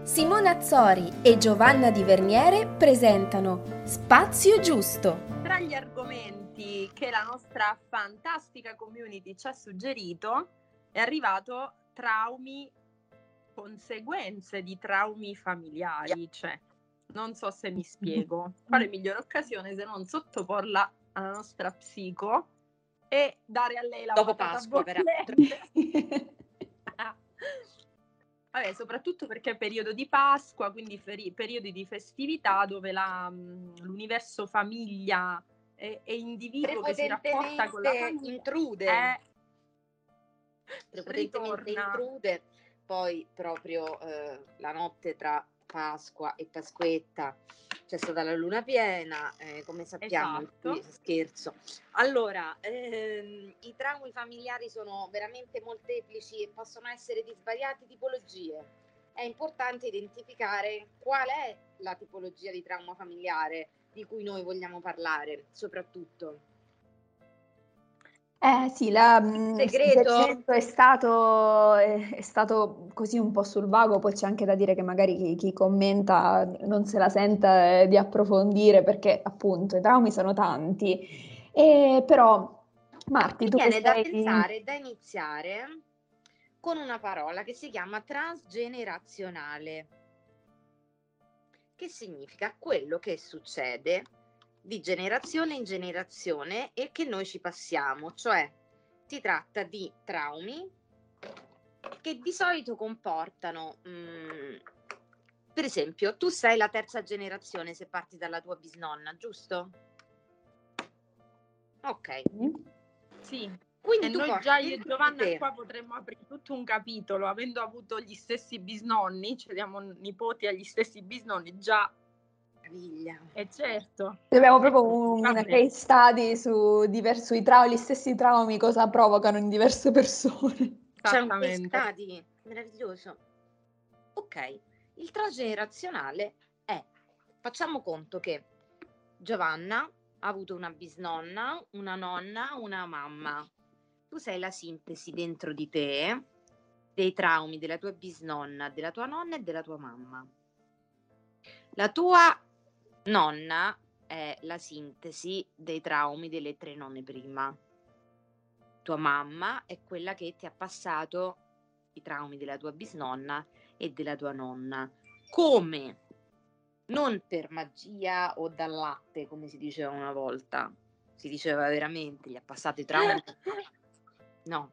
Simona Azzori e Giovanna Di Verniere presentano Spazio Giusto. Tra gli argomenti che la nostra fantastica community ci ha suggerito è arrivato traumi, conseguenze di traumi familiari, cioè non so se mi spiego. Quale migliore occasione se non sottoporla alla nostra psico e dare a lei la dopo patata Pasqua, bollente. Vabbè, soprattutto perché è periodo di Pasqua, quindi periodi di festività dove l'universo famiglia e individuo che si rapporta con la famiglia intrude. Prepotentemente intrude. Poi proprio la notte tra Pasqua e Pasquetta c'è stata la luna piena, come sappiamo. Esatto. Scherzo. Allora, i traumi familiari sono veramente molteplici e possono essere di svariate tipologie. È importante identificare qual è la tipologia di trauma familiare di cui noi vogliamo parlare, soprattutto. Sì, il suggerimento è stato così un po' sul vago, poi c'è anche da dire che magari chi commenta non se la sente di approfondire perché appunto i traumi sono tanti, però Marti, tu viene da pensare, da iniziare con una parola che si chiama transgenerazionale, che significa quello che succede di generazione in generazione e che noi ci passiamo, cioè si tratta di traumi che di solito comportano, per esempio, tu sei la terza generazione se parti dalla tua bisnonna, giusto? Ok. Sì. Quindi e noi già io e Giovanna qua potremmo aprire tutto un capitolo, avendo avuto gli stessi bisnonni, cediamo nipoti agli stessi bisnonni, già. Meraviglia. E certo. Abbiamo proprio una case study sui gli stessi traumi, cosa provocano in diverse persone. C'è un case study meraviglioso. Ok, il transgenerazionale è, facciamo conto che Giovanna ha avuto una bisnonna, una nonna, una mamma. Tu sei la sintesi dentro di te dei traumi della tua bisnonna, della tua nonna e della tua mamma. La tua nonna è la sintesi dei traumi delle 3 nonne prima. Tua mamma è quella che ti ha passato i traumi della tua bisnonna e della tua nonna. Come? Non per magia o dal latte, come si diceva una volta. Si diceva veramente, gli ha passato i traumi. No.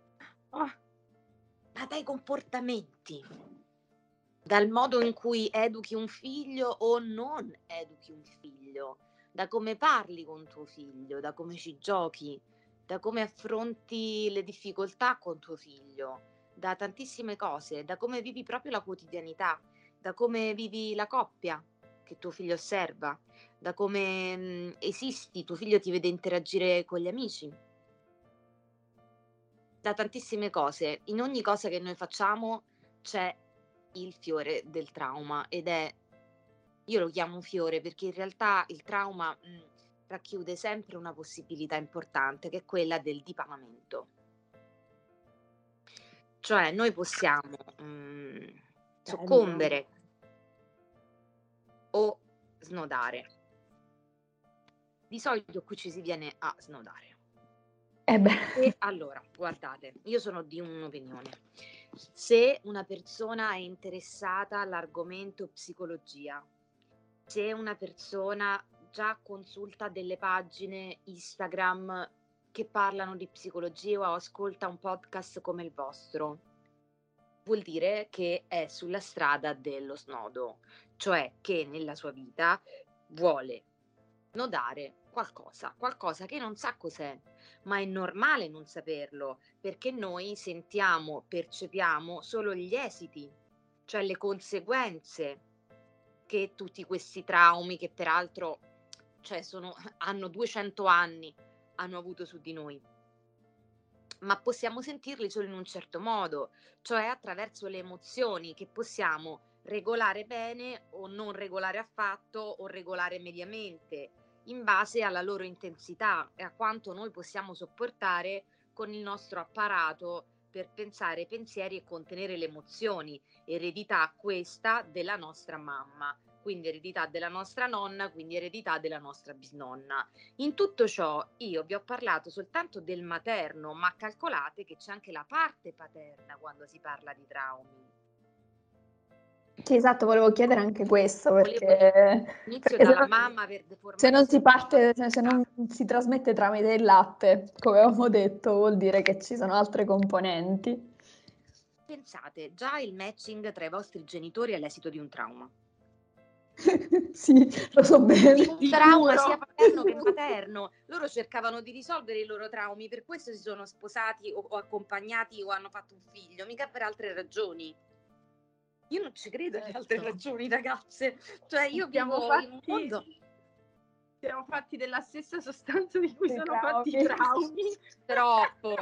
Ma dai comportamenti. Dal modo in cui educhi un figlio o non educhi un figlio. Da come parli con tuo figlio, da come ci giochi, da come affronti le difficoltà con tuo figlio, da tantissime cose, da come vivi proprio la quotidianità, da come vivi la coppia che tuo figlio osserva, da come esisti, tuo figlio ti vede interagire con gli amici, da tantissime cose. In ogni cosa che noi facciamo c'è il fiore del trauma ed è, io lo chiamo fiore perché in realtà il trauma racchiude sempre una possibilità importante che è quella del dipanamento. Cioè noi possiamo soccombere o snodare. Di solito qui ci si viene a snodare. E allora, guardate, io sono di un'opinione. Se una persona è interessata all'argomento psicologia, se una persona già consulta delle pagine Instagram che parlano di psicologia o ascolta un podcast come il vostro, vuol dire che è sulla strada dello snodo, cioè che nella sua vita vuole snodare qualcosa che non sa cos'è, ma è normale non saperlo, perché noi sentiamo, percepiamo solo gli esiti, cioè le conseguenze che tutti questi traumi, che peraltro hanno 200 anni, hanno avuto su di noi. Ma possiamo sentirli solo in un certo modo, cioè attraverso le emozioni che possiamo regolare bene o non regolare affatto o regolare mediamente, in base alla loro intensità e a quanto noi possiamo sopportare con il nostro apparato per pensare pensieri e contenere le emozioni, eredità questa della nostra mamma, quindi eredità della nostra nonna, quindi eredità della nostra bisnonna. In tutto ciò io vi ho parlato soltanto del materno, ma calcolate che c'è anche la parte paterna quando si parla di traumi. Sì, esatto, volevo chiedere anche questo, perché dalla mamma per se non si parte, se non si trasmette tramite il latte, come avevamo detto, vuol dire che ci sono altre componenti. Pensate, già il matching tra i vostri genitori è l'esito di un trauma. Sì, lo so bene. Di un trauma sia paterno che materno. Loro cercavano di risolvere i loro traumi, per questo si sono sposati o accompagnati o hanno fatto un figlio, mica per altre ragioni. Io non ci credo alle altre ragioni, ragazze. Cioè, io vivo in un mondo... Siamo fatti della stessa sostanza di cui sono fatti i traumi. Troppo.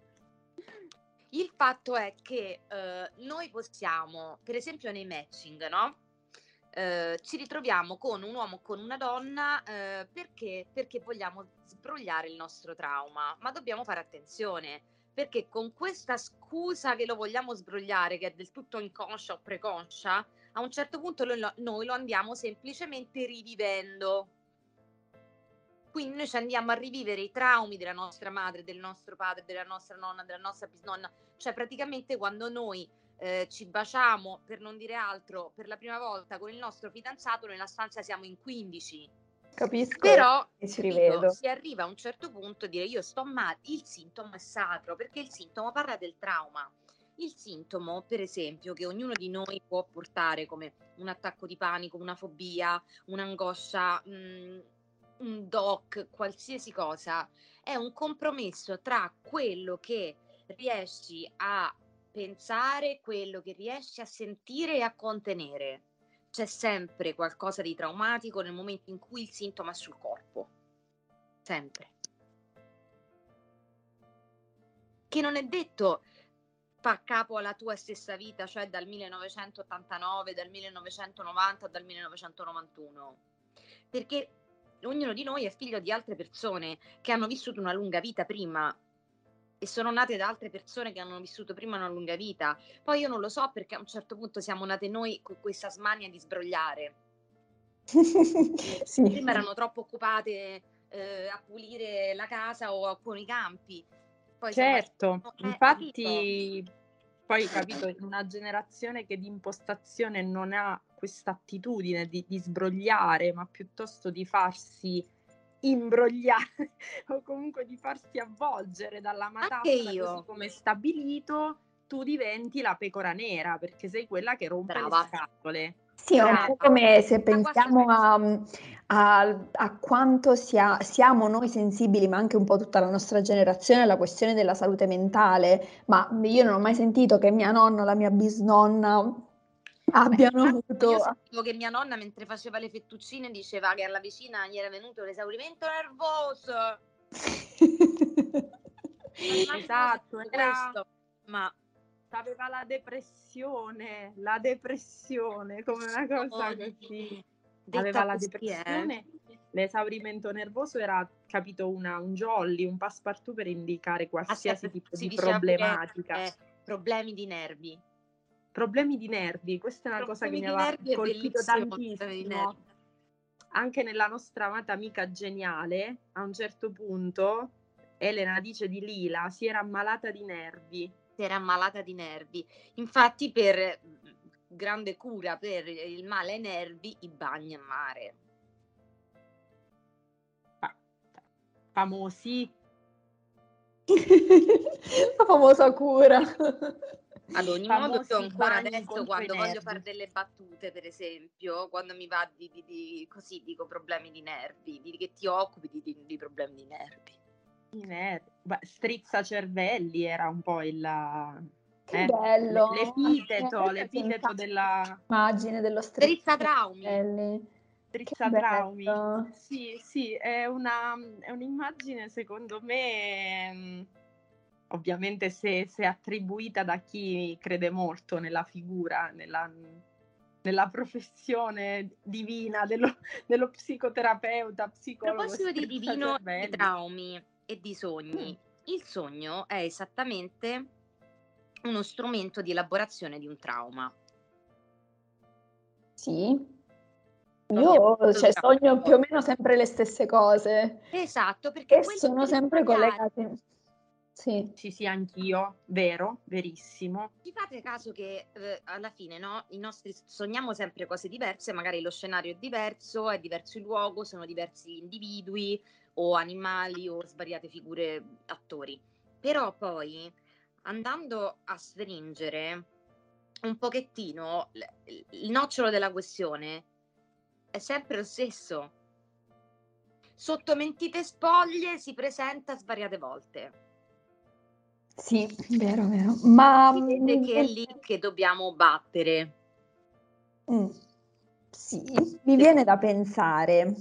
Il fatto è che noi possiamo, per esempio nei matching, no? Ci ritroviamo con un uomo o con una donna perché vogliamo sbrogliare il nostro trauma, ma dobbiamo fare attenzione, perché con questa scusa che lo vogliamo sbrogliare, che è del tutto inconscia o preconscia, a un certo punto noi lo andiamo semplicemente rivivendo. Quindi noi ci andiamo a rivivere i traumi della nostra madre, del nostro padre, della nostra nonna, della nostra bisnonna. Cioè praticamente quando noi ci baciamo, per non dire altro, per la prima volta con il nostro fidanzato, nella stanza siamo in 15. Capisco. Però ci rivedo. Si arriva a un certo punto a dire io sto male, il sintomo è sacro, perché il sintomo parla del trauma. Il sintomo, per esempio, che ognuno di noi può portare come un attacco di panico, una fobia, un'angoscia, un DOC, qualsiasi cosa, è un compromesso tra quello che riesci a pensare, quello che riesci a sentire e a contenere. C'è sempre qualcosa di traumatico nel momento in cui il sintomo è sul corpo. Sempre. Che non è detto fa capo alla tua stessa vita, cioè dal 1989, dal 1990 o dal 1991. Perché ognuno di noi è figlio di altre persone che hanno vissuto una lunga vita prima e sono nate da altre persone che hanno vissuto prima una lunga vita. Poi io non lo so perché a un certo punto siamo nate noi con questa smania di sbrogliare. Sì. Prima erano troppo occupate a pulire la casa o con i campi. Poi certo, infatti poi capito, in una generazione che di impostazione non ha questa attitudine di sbrogliare, ma piuttosto di farsi imbrogliare o comunque di farsi avvolgere dalla matassa così come stabilito, tu diventi la pecora nera perché sei quella che rompe le scatole. Sì, è un po' come se pensiamo a quanto siamo noi sensibili, ma anche un po' tutta la nostra generazione, alla questione della salute mentale, ma io non ho mai sentito che mia nonna o la mia bisnonna abbiano avuto... Io sentivo che mia nonna mentre faceva le fettuccine diceva che alla vicina gli era venuto l'esaurimento nervoso. Esatto, questo, ma aveva la depressione come una cosa così. Aveva la depressione, l'esaurimento nervoso era, capito, un jolly, un passepartout per indicare qualsiasi tipo di problematica. Problemi di nervi. Problemi di nervi, questa è una cosa che mi aveva colpito tantissimo. Anche nella nostra amata amica Geniale, a un certo punto, Elena dice di Lila, si era ammalata di nervi. Infatti per grande cura per il male ai nervi, i bagni a mare. Famosi. La famosa cura. Ad ogni modo io ancora adesso quando voglio fare delle battute, per esempio, quando mi va di così dico problemi di nervi, di che ti occupi di problemi di nervi. Strizza cervelli era un po' il bello. l'epiteto della immagine dello strizza traumi. Strizza traumi. Sì, è un'immagine secondo me ovviamente se attribuita da chi crede molto nella figura, nella professione divina dello psicoterapeuta, psicologo. A proposito di divino, di traumi e di sogni, il sogno è esattamente uno strumento di elaborazione di un trauma. Sì. Io sogno più o meno sempre le stesse cose. Esatto, perché e sono sempre collegate. Sì, anch'io, vero, verissimo. Ci fate caso che alla fine, no, i nostri sogniamo sempre cose diverse, magari lo scenario è diverso il luogo, sono diversi gli individui o animali o svariate figure, attori. Però poi, andando a stringere un pochettino il nocciolo della questione è sempre lo stesso. Sotto mentite spoglie si presenta svariate volte. Sì, vero. Ma si vede che è lì che dobbiamo battere. Sì, mi viene da pensare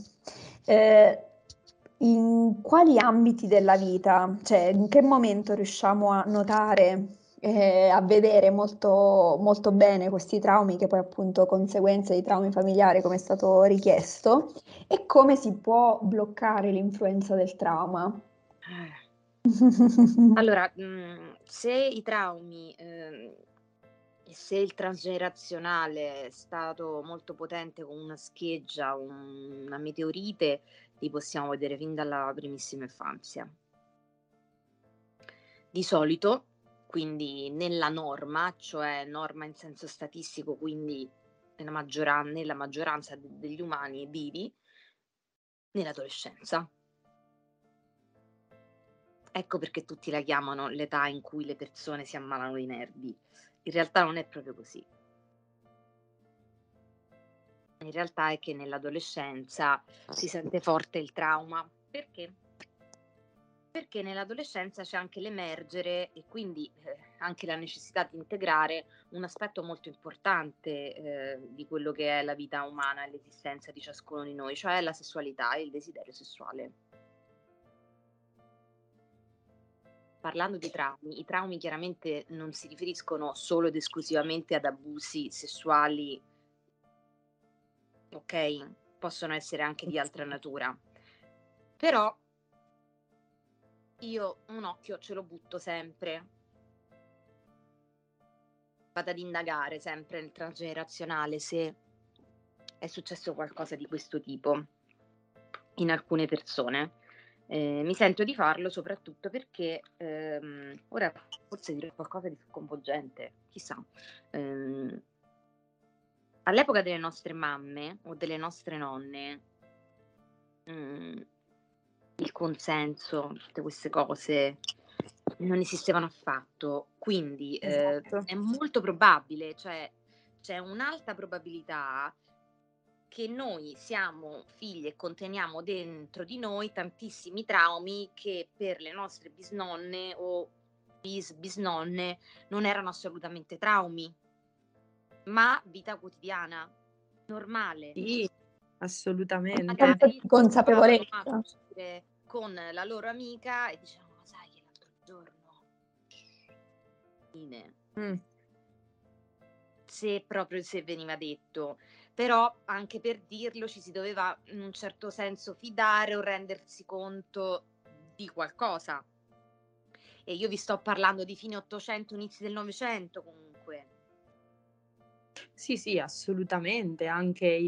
in quali ambiti della vita, cioè in che momento riusciamo a notare a vedere molto, molto bene questi traumi, che poi appunto conseguenze di traumi familiari, come è stato richiesto, e come si può bloccare l'influenza del trauma. Allora, se i traumi, se il transgenerazionale è stato molto potente con una scheggia, una meteorite, li possiamo vedere fin dalla primissima infanzia. Di solito, quindi nella norma, cioè norma in senso statistico, quindi nella maggioranza degli umani vivi, nell'adolescenza. Ecco perché tutti la chiamano l'età in cui le persone si ammalano di nervi. In realtà non è proprio così. In realtà è che nell'adolescenza si sente forte il trauma. Perché? Perché nell'adolescenza c'è anche l'emergere e quindi anche la necessità di integrare un aspetto molto importante di quello che è la vita umana e l'esistenza di ciascuno di noi, cioè la sessualità e il desiderio sessuale. Parlando di traumi, i traumi chiaramente non si riferiscono solo ed esclusivamente ad abusi sessuali, ok? Possono essere anche di altra natura. Però io un occhio ce lo butto sempre. Vado ad indagare sempre nel transgenerazionale se è successo qualcosa di questo tipo in alcune persone. Mi sento di farlo soprattutto perché ora forse dirò qualcosa di sconvolgente, chissà. All'epoca delle nostre mamme o delle nostre nonne, il consenso, tutte queste cose non esistevano affatto, quindi Esatto. è molto probabile, cioè c'è un'alta probabilità che noi siamo figli e conteniamo dentro di noi tantissimi traumi che per le nostre bisnonne o bisnonne non erano assolutamente traumi, ma vita quotidiana, normale. Sì, assolutamente. Magari consapevolezza. a uscire con la loro amica e dicevano, sai che l'altro giorno se veniva detto, però anche per dirlo ci si doveva in un certo senso fidare o rendersi conto di qualcosa. E io vi sto parlando di fine 800, inizi del 900 comunque. Sì, assolutamente, anche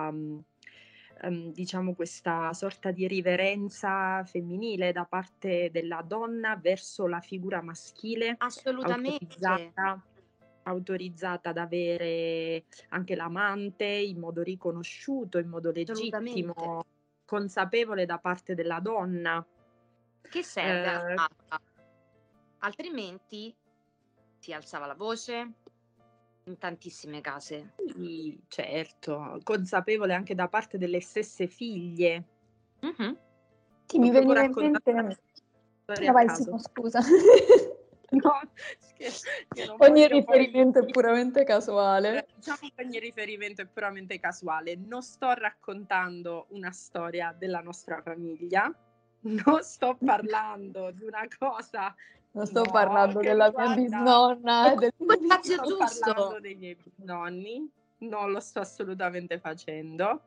diciamo questa sorta di riverenza femminile da parte della donna verso la figura maschile, Assolutamente. autorizzata ad avere anche l'amante in modo riconosciuto, in modo legittimo, consapevole da parte della donna. Che serve? Altrimenti si alzava la voce in tantissime case. Sì, certo, consapevole anche da parte delle stesse figlie. Mm-hmm. Sì, mi veniva in mente... Vai, scusa. No, ogni riferimento è puramente casuale. Diciamo che ogni riferimento è puramente casuale. Non sto raccontando una storia della nostra famiglia, non sto parlando di una cosa. Non sto parlando della mia bisnonna. Sto parlando dei miei bisnonni, non lo sto assolutamente facendo.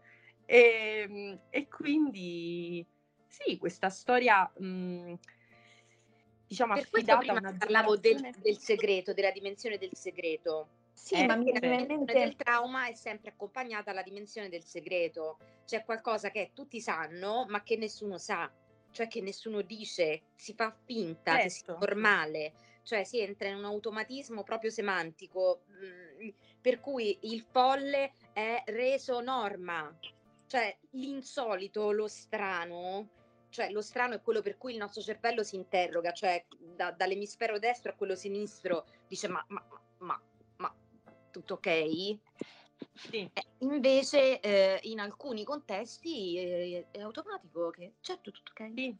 E quindi sì, questa storia diciamo, Per questo affidata a prima una parlavo generazione. del segreto, della dimensione del segreto. Sì, ma mi Perché la viene in dimensione del mente... trauma è sempre accompagnata alla dimensione del segreto. C'è qualcosa che tutti sanno, ma che nessuno sa, cioè che nessuno dice, si fa finta che sia Certo. normale, cioè si entra in un automatismo proprio semantico, per cui il folle è reso norma, cioè l'insolito, lo strano. Cioè, lo strano è quello per cui il nostro cervello si interroga, cioè dall'emisfero destro a quello sinistro dice ma tutto ok? Sì. Invece in alcuni contesti è automatico che certo tutto ok. Sì.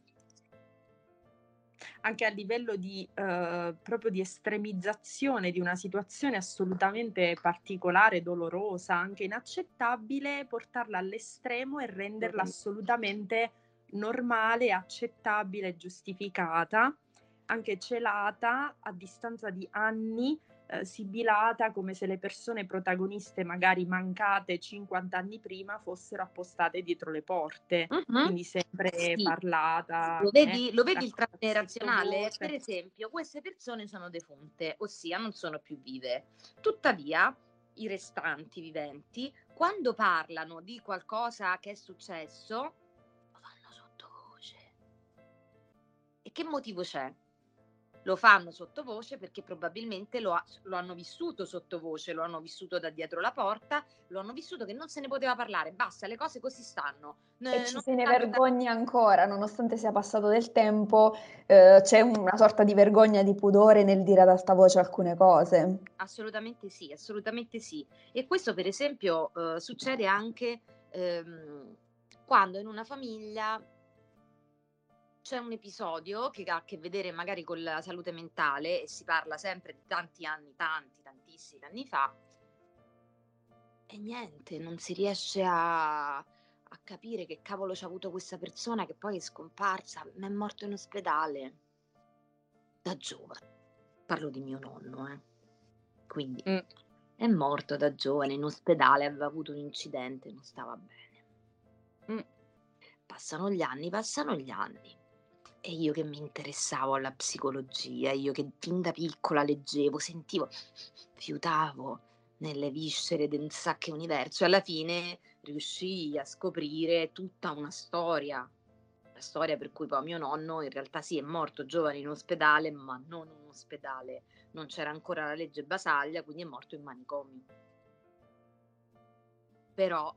Anche a livello di proprio di estremizzazione di una situazione assolutamente particolare, dolorosa, anche inaccettabile, portarla all'estremo e renderla assolutamente normale, accettabile, giustificata, anche celata a distanza di anni, sibilata come se le persone protagoniste magari mancate 50 anni prima fossero appostate dietro le porte, quindi sempre Sì. parlata. Lo vedi il raccontata transgenerazionale? sottovoce. Per esempio, queste persone sono defunte, ossia non sono più vive. Tuttavia, i restanti viventi, quando parlano di qualcosa che è successo, lo fanno sottovoce. E che motivo c'è? Lo fanno sottovoce perché probabilmente lo hanno vissuto sottovoce, lo hanno vissuto da dietro la porta, lo hanno vissuto che non se ne poteva parlare, basta, le cose così stanno. E ci Non se ne stanno vergogna ancora, nonostante sia passato del tempo, c'è una sorta di vergogna, di pudore nel dire ad alta voce alcune cose. Assolutamente sì, assolutamente sì. E questo per esempio succede anche quando in una famiglia c'è un episodio che ha a che vedere magari con la salute mentale e si parla sempre di tanti anni, tantissimi anni fa e niente, non si riesce a capire che cavolo c'ha avuto questa persona che poi è scomparsa, è morto in ospedale da giovane. Parlo di mio nonno, quindi è morto da giovane in ospedale, aveva avuto un incidente, non stava bene. Passano gli anni e io che mi interessavo alla psicologia, io che fin da piccola leggevo, sentivo, fiutavo nelle viscere del sacco universo e alla fine riuscii a scoprire tutta una storia. La storia per cui poi mio nonno in realtà sì è morto giovane in ospedale, ma non in un ospedale, non c'era ancora la legge Basaglia, quindi è morto in manicomio. Però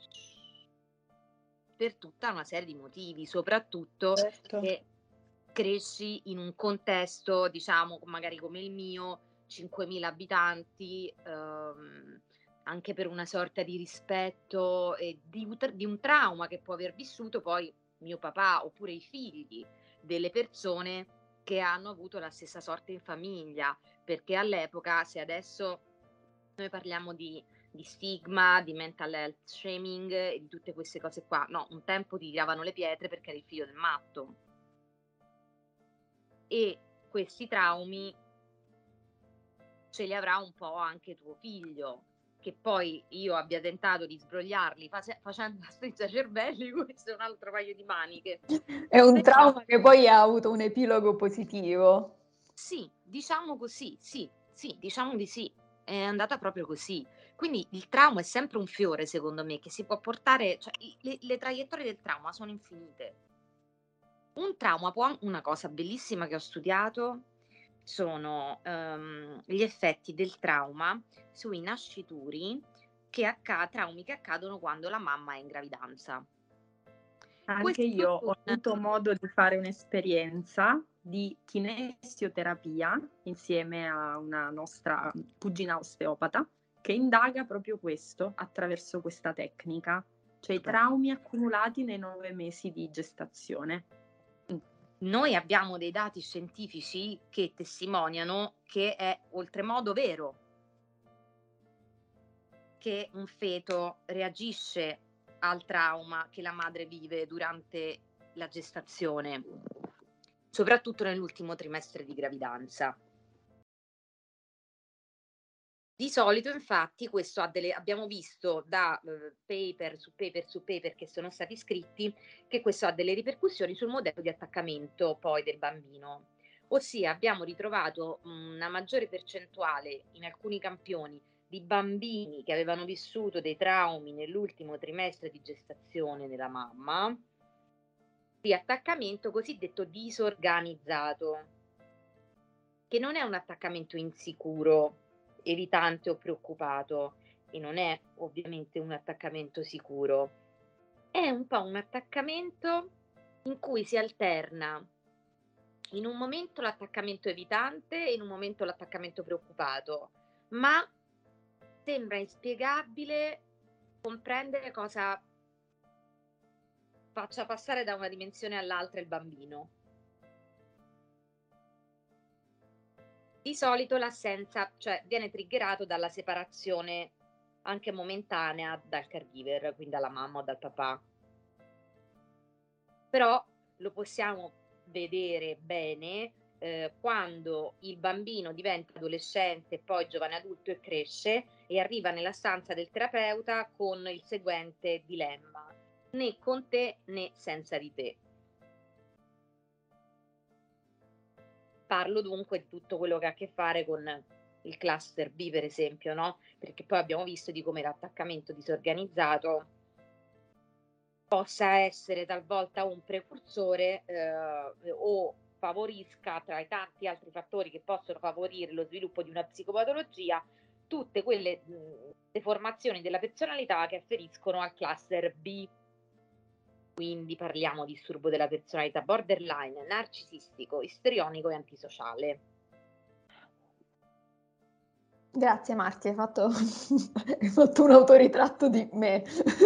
per tutta una serie di motivi, soprattutto che cresci in un contesto, diciamo, magari come il mio, 5.000 abitanti, anche per una sorta di rispetto e di un trauma che può aver vissuto poi mio papà oppure i figli delle persone che hanno avuto la stessa sorte in famiglia, perché all'epoca, se adesso noi parliamo di stigma, di mental health shaming e di tutte queste cose qua. No, un tempo ti tiravano le pietre perché eri il figlio del matto. E questi traumi ce li avrà un po' anche tuo figlio. Che poi io abbia tentato di sbrogliarli facendo la strizza cervelli, questo è un altro paio di maniche. È un trauma che poi ha avuto un epilogo positivo. Sì, diciamo così, sì, diciamo di sì. È andata proprio così. Quindi il trauma è sempre un fiore, secondo me, che si può portare, cioè le traiettorie del trauma sono infinite. Un trauma una cosa bellissima che ho studiato sono gli effetti del trauma sui nascituri traumi che accadono quando la mamma è in gravidanza. Anche io ho avuto modo di fare un'esperienza di kinesioterapia insieme a una nostra cugina osteopata che indaga proprio questo attraverso questa tecnica, cioè i traumi accumulati nei 9 mesi di gestazione. Noi abbiamo dei dati scientifici che testimoniano che è oltremodo vero che un feto reagisce al trauma che la madre vive durante la gestazione, soprattutto nell'ultimo trimestre di gravidanza. Di solito, infatti, questo abbiamo visto da paper su paper che sono stati scritti che questo ha delle ripercussioni sul modello di attaccamento poi del bambino. Ossia abbiamo ritrovato una maggiore percentuale in alcuni campioni di bambini che avevano vissuto dei traumi nell'ultimo trimestre di gestazione della mamma, di attaccamento cosiddetto disorganizzato, che non è un attaccamento insicuro, evitante o preoccupato, e non è ovviamente un attaccamento sicuro. È un po' un attaccamento in cui si alterna in un momento l'attaccamento evitante e in un momento l'attaccamento preoccupato, ma sembra inspiegabile comprendere cosa faccia passare da una dimensione all'altra il bambino. Di solito l'assenza, cioè viene triggerato dalla separazione anche momentanea dal caregiver, quindi dalla mamma o dal papà. Però lo possiamo vedere bene quando il bambino diventa adolescente, poi giovane adulto e cresce e arriva nella stanza del terapeuta con il seguente dilemma: né con te né senza di te. Parlo dunque di tutto quello che ha a che fare con il cluster B, per esempio, no? Perché poi abbiamo visto di come l'attaccamento disorganizzato possa essere talvolta un precursore o favorisca, tra i tanti altri fattori che possono favorire lo sviluppo di una psicopatologia, tutte quelle deformazioni della personalità che afferiscono al cluster B. Quindi parliamo di disturbo della personalità borderline, narcisistico, istrionico e antisociale. Grazie Marti, hai fatto un autoritratto di me.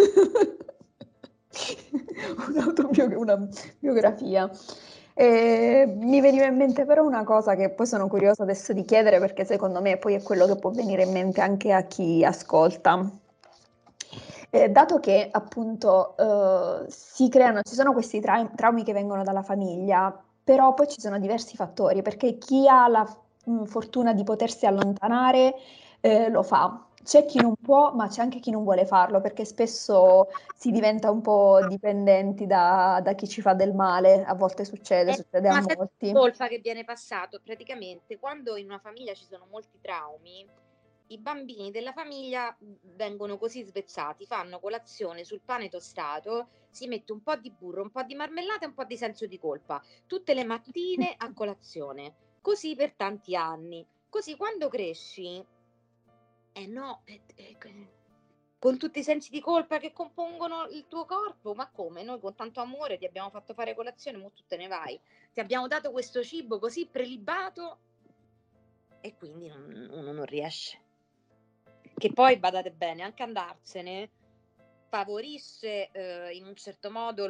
Una biografia. Mi veniva in mente però una cosa che poi sono curiosa adesso di chiedere, perché secondo me poi è quello che può venire in mente anche a chi ascolta. Dato che appunto ci sono questi traumi che vengono dalla famiglia, però poi ci sono diversi fattori, perché chi ha la fortuna di potersi allontanare lo fa. C'è chi non può, ma c'è anche chi non vuole farlo, perché spesso si diventa un po' dipendenti da chi ci fa del male. A volte succede a Ma molti. è colpa che viene passato. Praticamente, quando in una famiglia ci sono molti traumi, i bambini della famiglia vengono così svezzati, fanno colazione sul pane tostato, si mette un po' di burro, un po' di marmellata e un po' di senso di colpa, tutte le mattine a colazione, così per tanti anni. Così quando cresci, con tutti i sensi di colpa che compongono il tuo corpo, ma come? Noi con tanto amore ti abbiamo fatto fare colazione, mo tu te ne vai, ti abbiamo dato questo cibo così prelibato e quindi uno non riesce. Che poi, badate bene, anche andarsene favorisce in un certo modo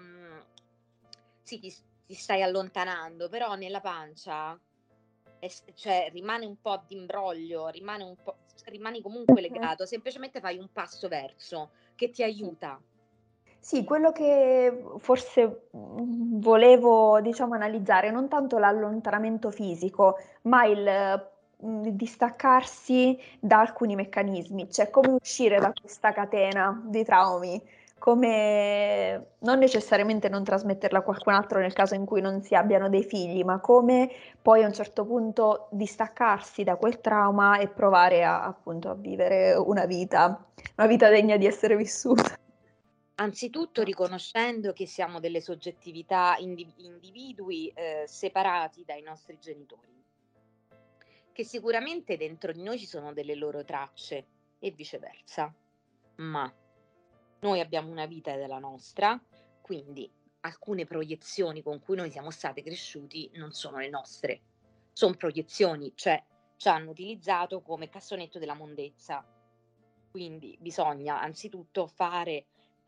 sì, ti stai allontanando, però nella pancia cioè rimane un po' di imbroglio, rimani comunque legato, semplicemente fai un passo verso che ti aiuta. Sì, quello che forse volevo, diciamo, analizzare, non tanto l'allontanamento fisico, ma il distaccarsi da alcuni meccanismi, cioè come uscire da questa catena di traumi, come non necessariamente non trasmetterla a qualcun altro nel caso in cui non si abbiano dei figli, ma come poi a un certo punto distaccarsi da quel trauma e provare appunto a vivere una vita degna di essere vissuta. Anzitutto riconoscendo che siamo delle soggettività individui separati dai nostri genitori, che sicuramente dentro di noi ci sono delle loro tracce e viceversa, ma noi abbiamo una vita della nostra, quindi alcune proiezioni con cui noi siamo stati cresciuti non sono le nostre, sono proiezioni, cioè ci hanno utilizzato come cassonetto della mondezza, quindi bisogna anzitutto fare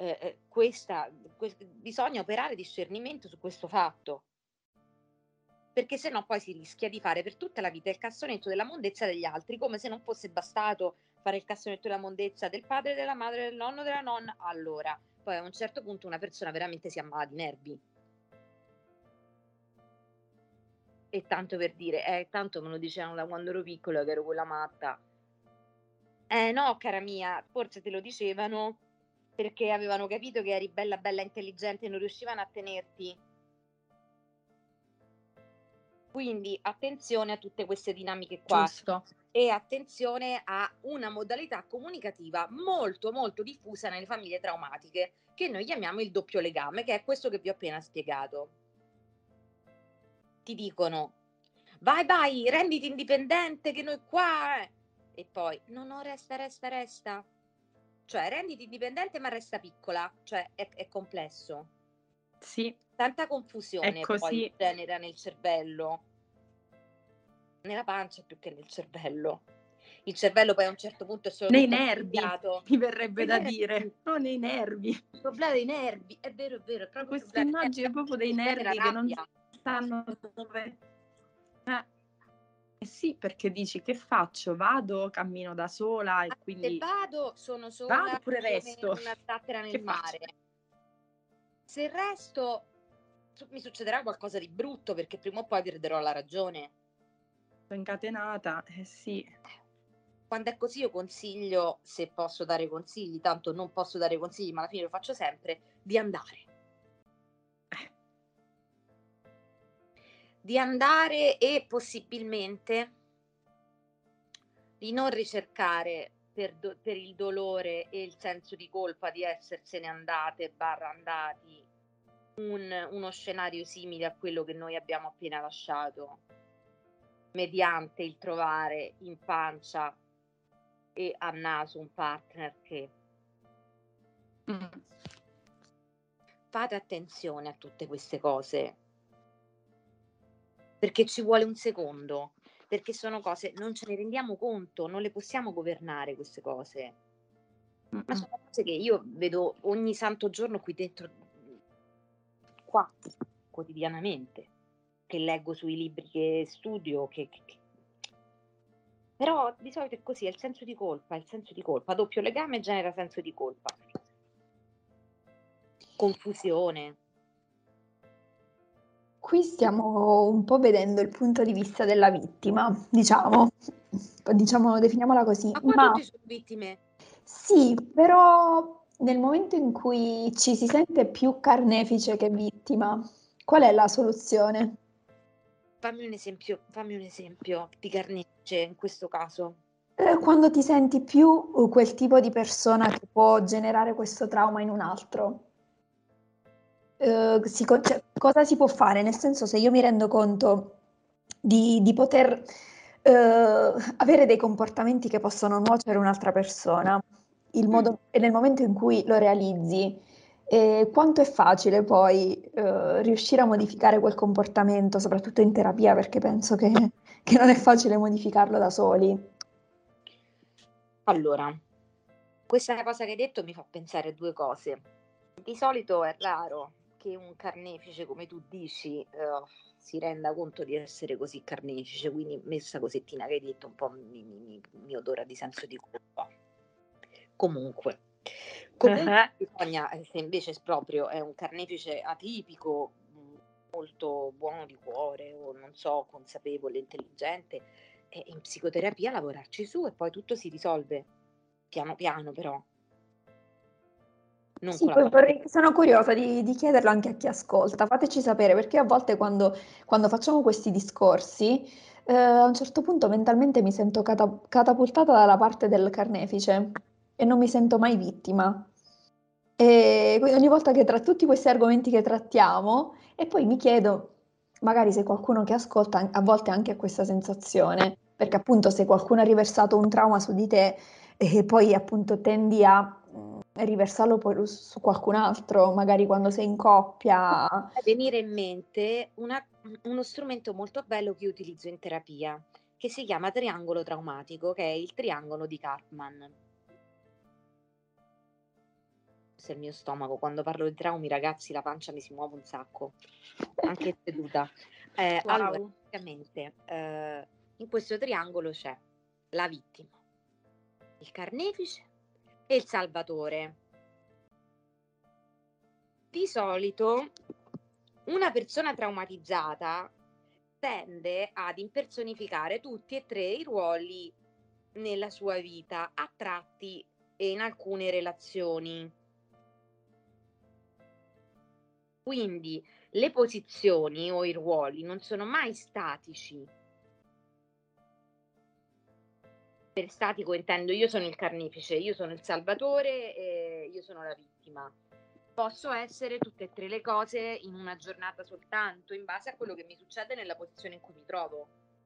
bisogna operare discernimento su questo fatto, perché sennò poi si rischia di fare per tutta la vita il cassonetto della mondezza degli altri, come se non fosse bastato fare il cassonetto della mondezza del padre, della madre, del nonno, della nonna. Allora, poi a un certo punto una persona veramente si ammala di nervi. E tanto per dire, tanto me lo dicevano da quando ero piccola che ero quella matta. No, cara mia, forse te lo dicevano perché avevano capito che eri bella bella intelligente e non riuscivano a tenerti. Quindi attenzione a tutte queste dinamiche qua. Giusto. E attenzione a una modalità comunicativa molto molto diffusa nelle famiglie traumatiche, che noi chiamiamo il doppio legame, che è questo che vi ho appena spiegato. Ti dicono: vai, renditi indipendente che noi qua... E poi, no, resta. Cioè, renditi indipendente ma resta piccola. Cioè, è complesso. Sì. Tanta confusione poi genera nel cervello. Nella pancia più che nel cervello. Il cervello poi a un certo punto è solo nei nervi, mi verrebbe da nervi. dire. No, nei nervi. Il problema dei nervi, è vero, è proprio questa immagine proprio dei nervi che non sanno dove... sì, perché dici che faccio? Vado, cammino da sola e quindi... Se vado, sono sola, vado oppure resto? come una zattera nel mare. Faccio? Se resto, mi succederà qualcosa di brutto, perché prima o poi perderò la ragione. Sono incatenata, sì. Quando è così io consiglio, se posso dare consigli, tanto non posso dare consigli, ma alla fine lo faccio sempre, di andare. Di andare e possibilmente di non ricercare per il dolore e il senso di colpa di essersene andate / andati uno scenario simile a quello che noi abbiamo appena lasciato, mediante il trovare in pancia e a naso un partner che... Fate attenzione a tutte queste cose, perché ci vuole un secondo, perché sono cose, non ce ne rendiamo conto, non le possiamo governare queste cose, ma sono cose che io vedo ogni santo giorno qui dentro, qua, quotidianamente, che leggo sui libri che studio, però di solito è così, è il senso di colpa, doppio legame genera senso di colpa, confusione. Qui stiamo un po' vedendo il punto di vista della vittima, diciamo, definiamola così. Ma qua tutti sono vittime. Sì, però nel momento in cui ci si sente più carnefice che vittima, qual è la soluzione? Fammi un esempio di carnefice in questo caso. Quando ti senti più quel tipo di persona che può generare questo trauma in un altro. Cosa si può fare? Nel senso, se io mi rendo conto di poter avere dei comportamenti che possono nuocere un'altra persona, e nel momento in cui lo realizzi, quanto è facile poi riuscire a modificare quel comportamento, soprattutto in terapia, perché penso che non è facile modificarlo da soli. Allora, questa cosa che hai detto mi fa pensare a due cose. Di solito è raro che un carnefice, come tu dici, si renda conto di essere così carnefice, quindi messa cosettina che hai detto un po' mi odora di senso di colpa. Comunque bisogna, se invece proprio è un carnefice atipico, molto buono di cuore o non so, consapevole, intelligente, in psicoterapia lavorarci su e poi tutto si risolve piano piano, però. Sì, poi sono curiosa di chiederlo anche a chi ascolta. Fateci sapere, perché a volte quando facciamo questi discorsi, a un certo punto mentalmente mi sento catapultata dalla parte del carnefice e non mi sento mai vittima. E quindi ogni volta che tra tutti questi argomenti che trattiamo, e poi mi chiedo, magari se qualcuno che ascolta a volte anche ha questa sensazione, perché appunto se qualcuno ha riversato un trauma su di te e poi appunto tendi a riversarlo poi su qualcun altro, magari quando sei in coppia. Venire in mente uno strumento molto bello che io utilizzo in terapia, che si chiama triangolo traumatico, che è il triangolo di Karpman. Se il mio stomaco, quando parlo di traumi, ragazzi, la pancia mi si muove un sacco, anche seduta. Wow. Allora, praticamente, in questo triangolo c'è la vittima, il carnefice e il salvatore. Di solito una persona traumatizzata tende ad impersonificare tutti e tre i ruoli nella sua vita, a tratti e in alcune relazioni. Quindi le posizioni o i ruoli non sono mai statici. Per statico intendo io sono il carnefice, io sono il salvatore e io sono la vittima. Posso essere tutte e tre le cose in una giornata soltanto, in base a quello che mi succede nella posizione in cui mi trovo.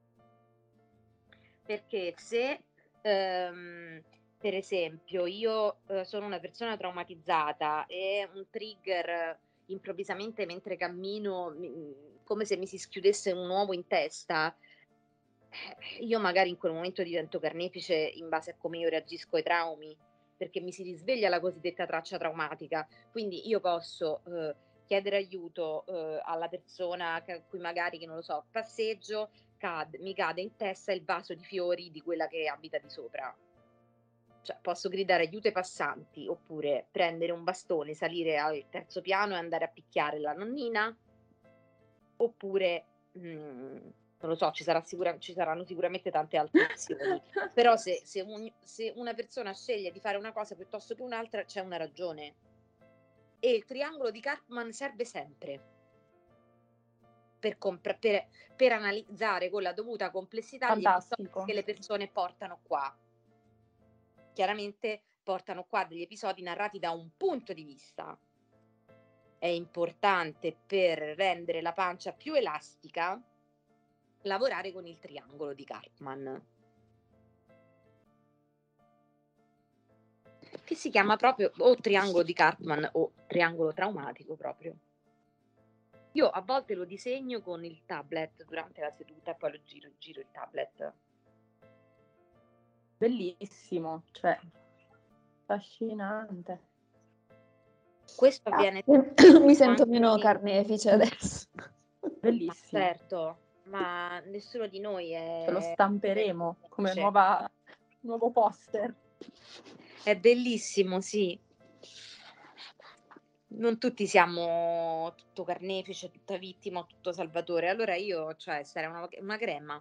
Perché se per esempio io sono una persona traumatizzata e un trigger improvvisamente mentre cammino, come se mi si schiudesse un uovo in testa, io magari in quel momento divento carnefice in base a come io reagisco ai traumi, perché mi si risveglia la cosiddetta traccia traumatica. Quindi io posso chiedere aiuto alla persona a cui magari, che non lo so, passeggio, mi cade in testa il vaso di fiori di quella che abita di sopra. Cioè, posso gridare aiuto ai passanti, oppure prendere un bastone, salire al terzo piano e andare a picchiare la nonnina, oppure non lo so, ci saranno sicuramente tante altre opzioni. Però se una persona sceglie di fare una cosa piuttosto che un'altra, c'è una ragione. E il triangolo di Karpman serve sempre per analizzare con la dovuta complessità gli episodi che le persone portano qua. Chiaramente portano qua degli episodi narrati da un punto di vista. È importante, per rendere la pancia più elastica, lavorare con il triangolo di Karpman, che si chiama proprio o triangolo di Karpman o triangolo traumatico proprio. Io a volte lo disegno con il tablet durante la seduta e poi lo giro il tablet. Bellissimo, cioè affascinante. Questo avviene. Mi sento meno carnefice adesso. Bellissimo. Certo, ma nessuno di noi è. Ce lo stamperemo come nuovo poster. È bellissimo, sì. Non tutti siamo tutto carnefice, tutta vittima, tutto salvatore. Allora io, cioè, sarei una crema.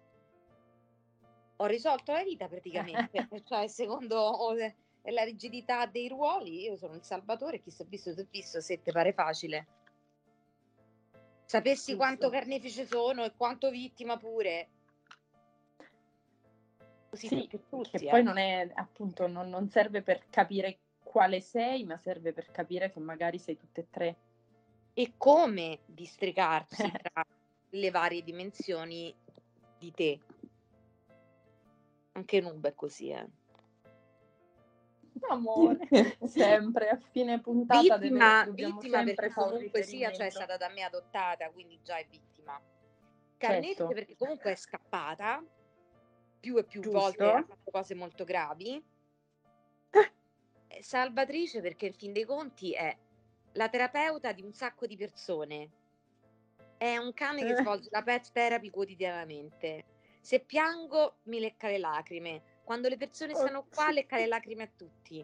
Ho risolto la vita praticamente. Cioè, secondo la rigidità dei ruoli, io sono il salvatore, chi si è visto si è visto, se ti pare facile. Sapessi quanto carnefice sono e quanto vittima pure. Così sì, per tutti, che poi non è, appunto, non serve per capire quale sei, ma serve per capire che magari sei tutte e tre. E come districarsi tra le varie dimensioni di te. Anche Nube è così, Amore, sempre a fine puntata vittima sempre perché comunque sia, cioè è stata da me adottata, quindi già è vittima. Carnefice certo. perché comunque è scappata più e più volte, ha fatto cose molto gravi. Salvatrice perché in fin dei conti è la terapeuta di un sacco di persone. È un cane che svolge la pet therapy quotidianamente. Se piango mi lecca le lacrime. Quando le persone stanno qua lecca le lacrime a tutti.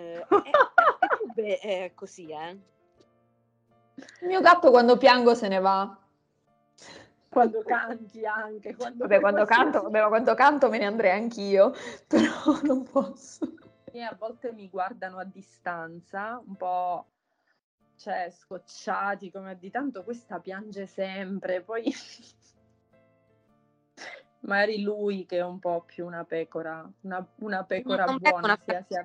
È così, Il mio gatto quando piango se ne va. Quando canti anche. Quando canto me ne andrei anch'io, però non posso. E a volte mi guardano a distanza, un po', cioè, scocciati, come di tanto questa piange sempre, poi magari lui che è un po' più una pecora, una pecora buona,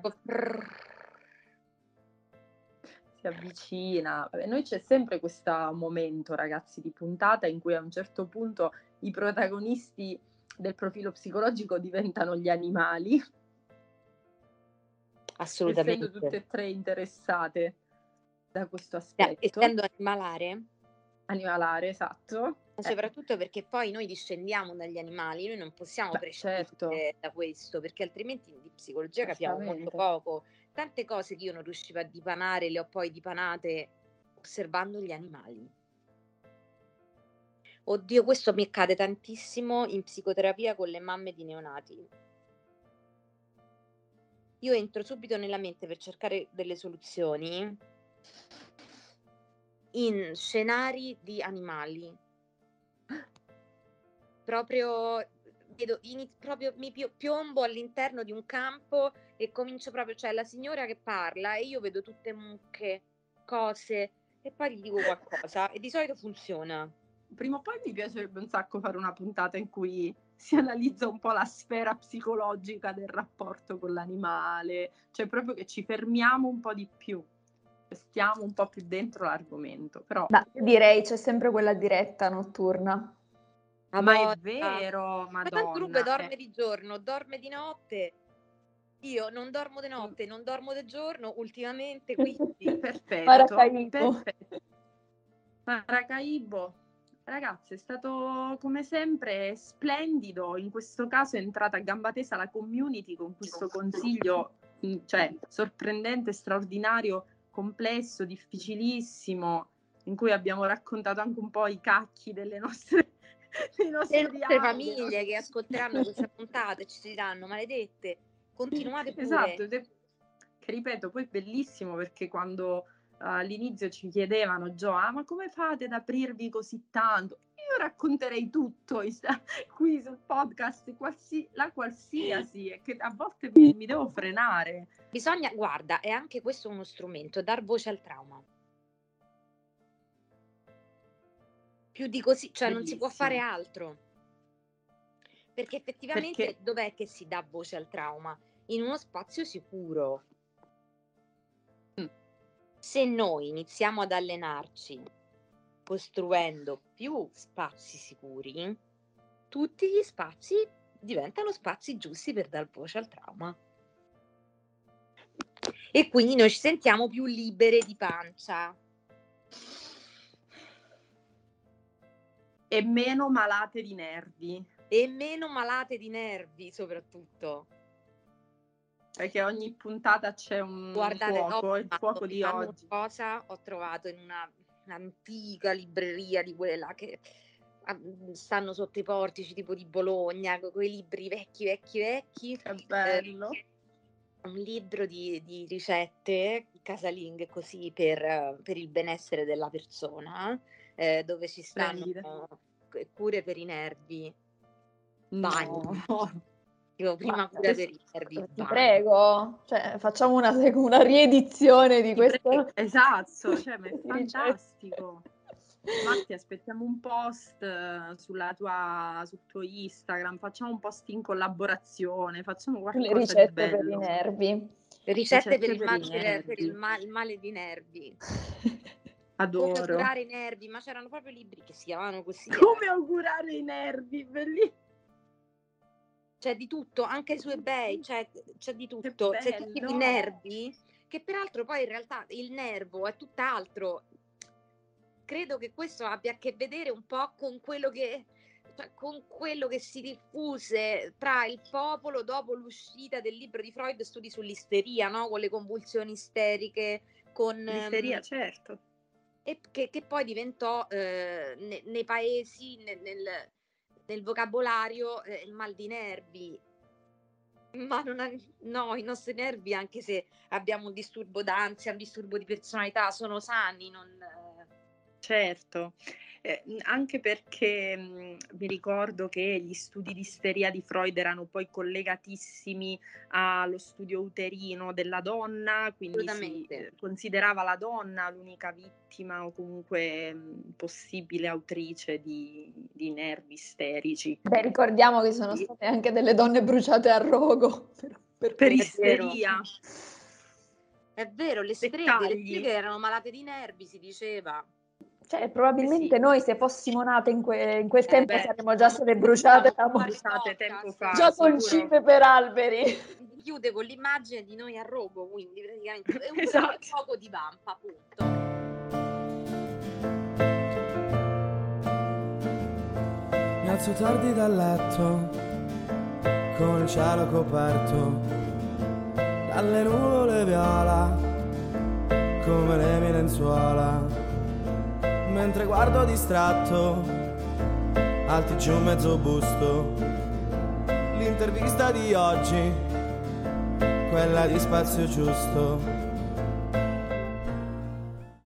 si avvicina. Vabbè, noi c'è sempre questo momento, ragazzi, di puntata in cui a un certo punto i protagonisti del profilo psicologico diventano gli animali. Assolutamente. Essendo tutte e tre interessate da questo aspetto. Essendo animalare, esatto. Ma soprattutto perché poi noi discendiamo dagli animali, noi non possiamo prescindere da questo, perché altrimenti di psicologia capiamo molto poco. Tante cose che io non riuscivo a dipanare, le ho poi dipanate osservando gli animali. Oddio, questo mi accade tantissimo in psicoterapia con le mamme di neonati. Io entro subito nella mente per cercare delle soluzioni in scenari di animali. Proprio mi piombo all'interno di un campo e comincio proprio, cioè la signora che parla e io vedo tutte mucche, cose, e poi gli dico qualcosa e di solito funziona. Prima o poi mi piacerebbe un sacco fare una puntata in cui si analizza un po' la sfera psicologica del rapporto con l'animale, cioè proprio che ci fermiamo un po' di più, stiamo un po' più dentro l'argomento. Però direi c'è sempre quella diretta notturna. Ma è vero, ma tanto Rube dorme di giorno, dorme di notte. Io non dormo di notte, non dormo di giorno ultimamente, quindi perfetto. Maracaibo. Ragazzi, è stato come sempre splendido. In questo caso è entrata a gamba tesa la community con questo consiglio, cioè sorprendente, straordinario, complesso, difficilissimo, in cui abbiamo raccontato anche un po' i cacchi delle nostre famiglie che ascolteranno questa puntata e ci diranno maledette, continuate pure. Esatto, che ripeto, poi è bellissimo perché quando all'inizio ci chiedevano, ma come fate ad aprirvi così tanto? Io racconterei tutto qui sul podcast, qualsiasi, e che a volte mi devo frenare. Guarda, è anche questo uno strumento, dar voce al trauma. Più di così, cioè bellissimo. Non si può fare altro. Perché effettivamente dov'è che si dà voce al trauma? In uno spazio sicuro. Se noi iniziamo ad allenarci costruendo più spazi sicuri, tutti gli spazi diventano spazi giusti per dar voce al trauma. E quindi noi ci sentiamo più libere di pancia. E meno malate di nervi. E meno malate di nervi, soprattutto. Perché ogni puntata c'è un fuoco, il fuoco di oggi. Cosa ho trovato in un'antica libreria di quelle là che stanno sotto i portici tipo di Bologna, con quei libri vecchi. Che bello! Un libro di ricette casalinghe così per il benessere della persona, dove ci stanno cure per i nervi. Bagno. Io prima cura per i nervi. Ti prego, cioè, facciamo una riedizione di questo. Esatto, cioè, ma è fantastico. Matti, aspettiamo un post sul tuo Instagram, facciamo un post in collaborazione, facciamo qualcosa le ricette di bello. Per i nervi. Le ricette per il male di nervi. Adoro. Come curare i nervi, ma c'erano proprio libri che si chiamavano così. Come curare i nervi, bellissimo. C'è di tutto, anche su eBay c'è di tutto. C'è tutti i nervi, che peraltro poi in realtà il nervo è tutt'altro. Credo che questo abbia a che vedere un po' con quello che si diffuse tra il popolo dopo l'uscita del libro di Freud, Studi sull'isteria, no? Con le convulsioni isteriche, con l'isteria, certo. E che poi diventò nei paesi, nel vocabolario, il mal di nervi. Ma no, i nostri nervi, anche se abbiamo un disturbo d'ansia, un disturbo di personalità, sono sani, Certo, anche perché mi ricordo che gli studi di isteria di Freud erano poi collegatissimi allo studio uterino della donna, quindi si considerava la donna l'unica vittima o comunque possibile autrice di nervi isterici. Beh, ricordiamo che sono state anche delle donne bruciate a rogo per isteria. È vero, le streghe erano malate di nervi, si diceva. Cioè, probabilmente noi, se fossimo nate in quel tempo, saremmo già state bruciate tempo fa. Già con cime per alberi. Chiude con l'immagine di noi a rogo, quindi praticamente è un fuoco di vampa, appunto. Mi alzo tardi dal letto, con il cielo coperto dalle nuvole viola, come le mie lenzuola. Mentre guardo distratto, alti giù mezzo busto, l'intervista di oggi, quella di Spazio Giusto.